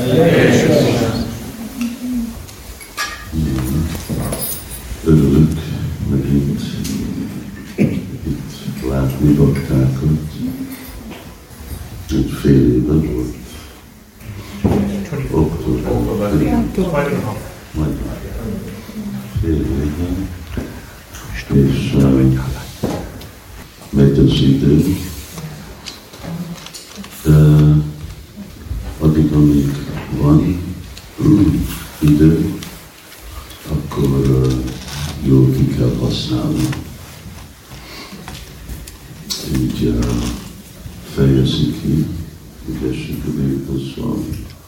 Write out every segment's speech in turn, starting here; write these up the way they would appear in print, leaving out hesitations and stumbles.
Örülök megint itt látni baktákat. Egy fél éve volt. Október. Majd fél éve. És megy az idő. De addig, amíg van idő, akkor jól ki kell használni. Így fejezi ki, ügyesik a Véghosszal.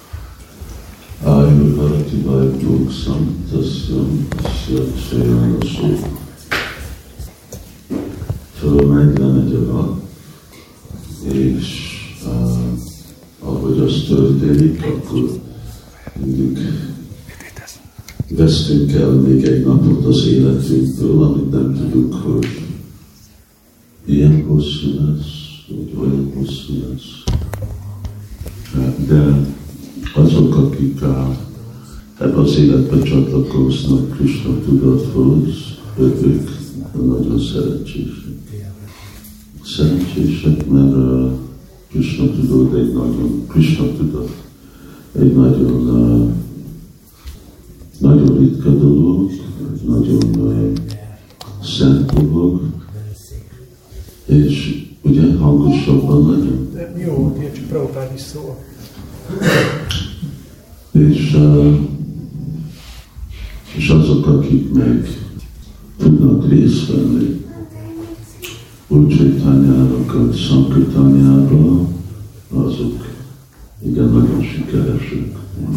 Ájjól harati vajtók szantasszam, szajján a szó. Fölmegy, lemegy a rak, és ahogy az történik, akkor mindig vesztünk el még egy napot az életünkből, amit nem tudjuk, hogy ilyen hosszú lesz, vagy olyan hosszú lesz. De azok, akik ebben az életben csatlakoznak Krisna tudathoz, ők nagyon szerencsések. Szerencsések, mert Krisna tudat egy nagyon ritka dolog, nagyon szent dolog, és ugye hangosabban nagyon. De jó, ilyen csak Prabhupád is szól. És azok, akik meg tudnak részt venni Úr Chaitanyának, Sankirtanyába, azok igen nagyon sikeresek.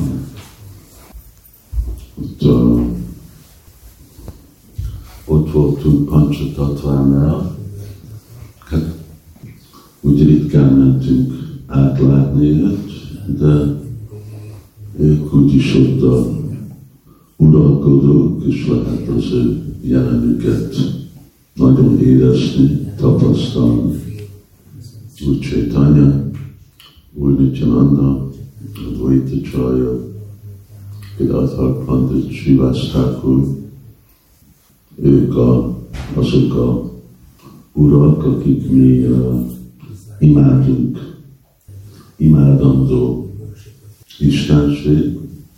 Ott voltunk Pancsatatvánál, hát úgy ritkán mentünk átlátni őt, de ők úgyis ott uralkodók, és lehet az ő jelenüket nagyon érezni, tapasztalni. Úr Chaitanya, Úr Nityananda, Advaita Acharya, Gadadhar Pandit, Srivas Thakur, ők azok a urak, akik mi imádunk, imádandó istenség,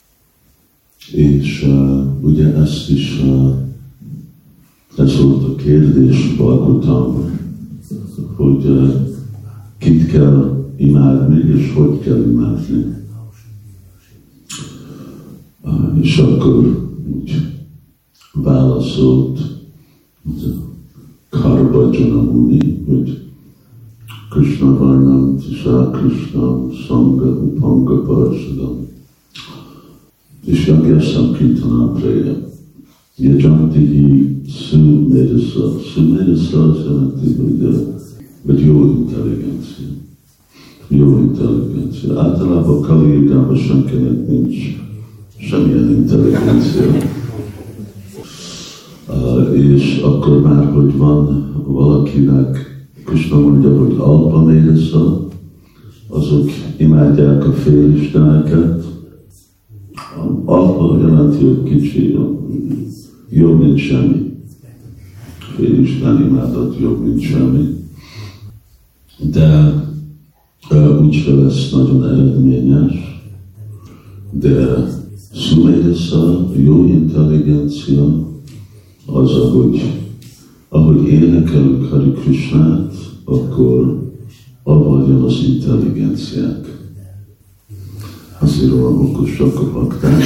és ugye ezt is, ez volt a kérdés Bhagavatam, hogy kit kell imádni, és hogy kell imádni. És akkor úgy válaszolt Karvajana Muni, hogy Krishna Varnam, Tisha Krishna, Sangha, Upanga Parsadam, és Yagya Sankirtana Preya. Yajantihi Sumedasa. Sumedasa azt jelenti, hogy jó intelligencia. Jó intelligencia. Általában Kali Yugában senkinek nincs semmilyen intelligencia. És akkor már, hogy van valakinek, Krishna mondja, hogy Alpa Medasa, azok imádják a félisteneket. Alpa jelenti, hogy kicsi, jobb, mint semmi. Félisten imádat jobb, mint semmi. De úgyse lesz nagyon eredményes. De Sumedasa, jó intelligencia, az, ahogy énekelünk Hari Krishnát, akkor abban jön az intelligenciák. Azért olyan okosak a bakták.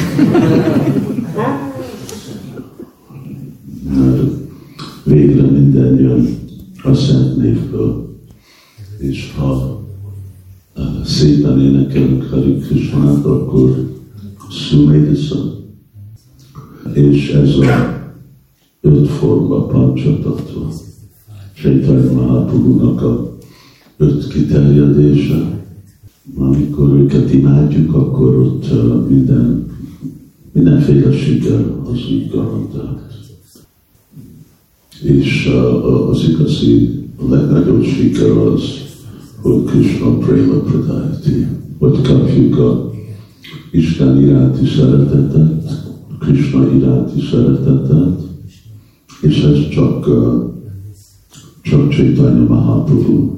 Mert végre minden jön a Szent Névből. És ha szépen énekelünk Hari Krishnát, akkor Sumedasa. És ez a 5 forma Pancsatattva. Chaitanya Mahaprabhunak a 5 kiterjedése. Amikor őket imádjuk, akkor ott mindenféle siker az úgy garantált. És az igazi, a legnagyobb siker az, hogy Krishna Prema Pradayati, hogy kapjuk a Isten iránti szeretetet, Krishna iránti szeretetet, és ez csak Chaitanya Mahaprabhu.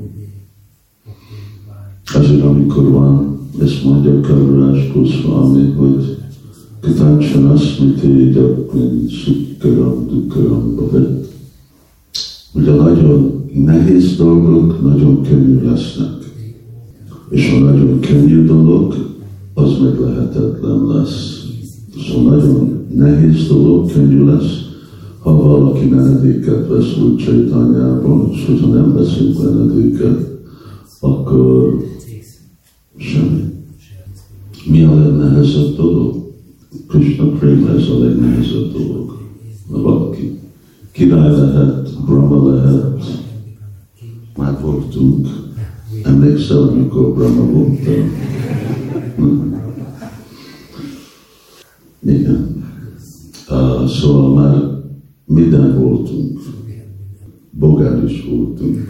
Ezért amikor van, ezt mondja Kaviraj Goswami, hogy Katácsan Asmiti Gyakvin Sukkaram Dukkaram Bhavet, hogy a nagyon nehéz dolgok nagyon könnyű lesznek. És a nagyon könnyű dolog, az meg lehetetlen lesz. Szóval nagyon nehéz dolog könnyű lesz, ha valaki menedéket vesz Úr Chaitanyában, és hogyha nem veszünk menedéket, akkor semmi. Mi a legnehezebb dolog? Krishna Prema, ez a legnehezebb dolog. Valaki király lehet, Brahma lehet, már voltunk. Emlékszel, amikor Brahma voltam? Igen. Szóval már minden voltunk. Bogár is voltunk.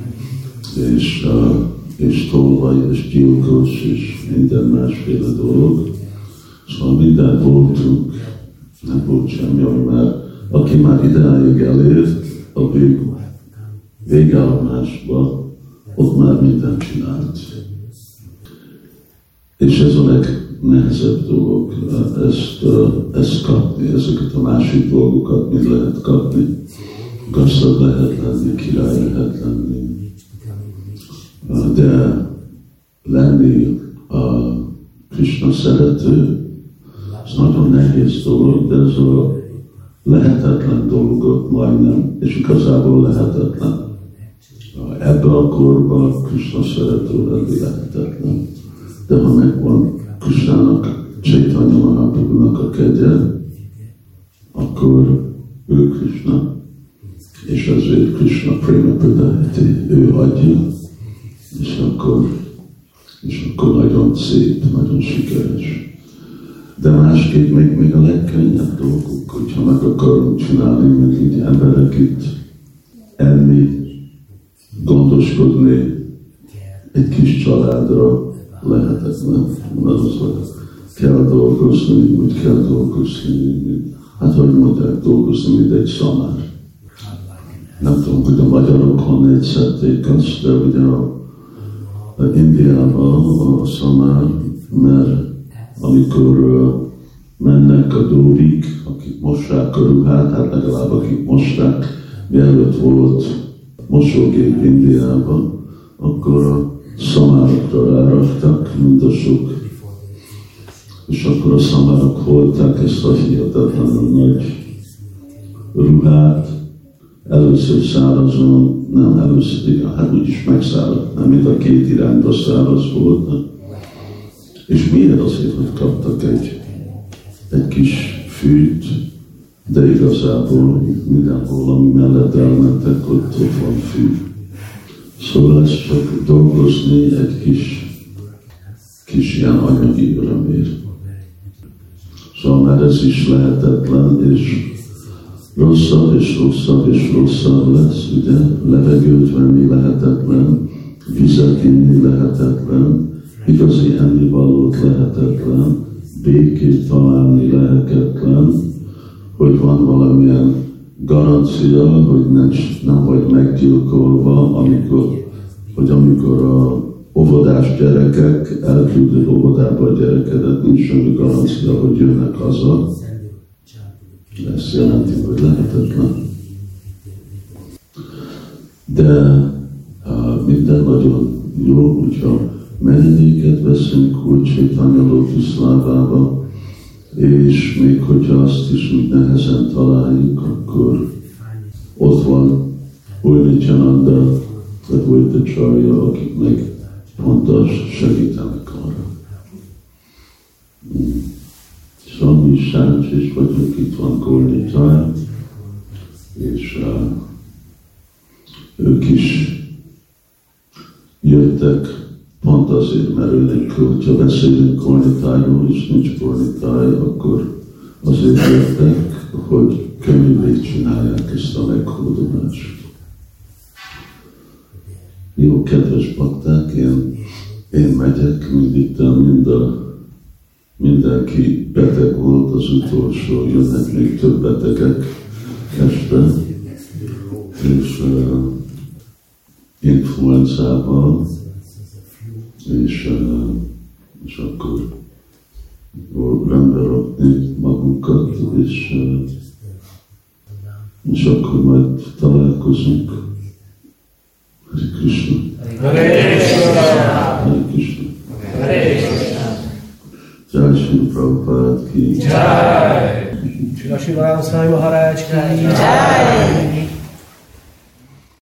És tolvaj, és gyilkos, és minden másféle dolog. Szóval minden voltunk. Nem volt semmi, mert aki már ideáig elért, a végállomásba, ott már mindent csinált. És ez a legnehezebb dolog, ezt kapni, ezeket a másik dolgokat mind lehet kapni. Gazdag lehet lenni, király lehet lenni. De lenni a Krishna szerető, ez nagyon nehéz dolog, de ez a lehetetlen dolgot majdnem, és igazából lehetetlen. Ebben a korban Krishna szerető lenni lehetetlen. De ha megvan Krishnának, Chaitanya Mahaprabhunak a kegye, akkor ő Krishna, és ezért Krishna Prema Pradayati, ő adja, és akkor nagyon szép, nagyon sikeres. De másképp még a legkönnyebb dolgok, hogyha meg akarunk csinálni, mint így emberek itt enni, gondoskodni egy kis családra lehetetlen. Azok kell dolgozni, úgy kell dolgozni. Hát, hogy mondják, dolgozni, mint egy szamár. Nem tudom, hogy a magyarok honnét szedték azt, de ugye Indiában a szamár, mert amikor mennek a dórik, akik mossák a ruhát, hát legalább akik mosták, mielőtt volt mosógép Indiában, akkor a szamárokra ráraktak, mint a sok. És akkor a szamárok hordták ezt a hihetetlenül nagy ruhát, először szárazon, nem először, igen, hát úgyis megszáradt, nem mind a két irányba száraz volt. És miért azért, hogy kaptak egy kis fűt, de igazából mindenhol, ami mellett elmentek, ott van fű. Szóval ez csak dolgozni egy kis ilyen anyagi örömért. Szóval már ez is lehetetlen, és rosszabb és rosszabb és rosszabb lesz, ugye? Levegőt venni lehetetlen, vizet inni lehetetlen, igazi ennivalót lehetetlen, békét találni lehetetlen, hogy van valamilyen garancia, hogy nem vagy meggyilkolva, amikor a óvodás gyerekek elküldik óvodába a gyerekedet, nincs semmi garancia, hogy jönnek haza. Ezt jelenti, hogy lehetetlen. De minden nagyon jó, hogyha menedéket veszünk Úr Chaitanya Lótuszlávába, és még hogyha azt is úgy nehezen találjuk, akkor ott van Úr Nityananda, vagy Úr Dacharya, akik meg pontos segítenek arra. Szóval mi is szerencsés vagyunk, itt van Górnitáj, és ők is jöttek pont azért, mert őnek, hogyha beszélünk Górnitájról, és nincs Górnitáj, akkor azért jöttek, hogy könnyűvé csinálják ezt a meghódolást. Jó, kedves bakták, én megyek mind mindenki beteg volt, az utolsó, jönnek még több betegek este, és influenzával, és akkor rendbe rakni magunkat, és akkor majd találkozunk. Hare Krishna. Hare Krishna. Hare Krishna. Hare Krishna. Jai Shri Prabhupada ki. Jai. Shri Shri Ram Sai Maharaj ki. Jai.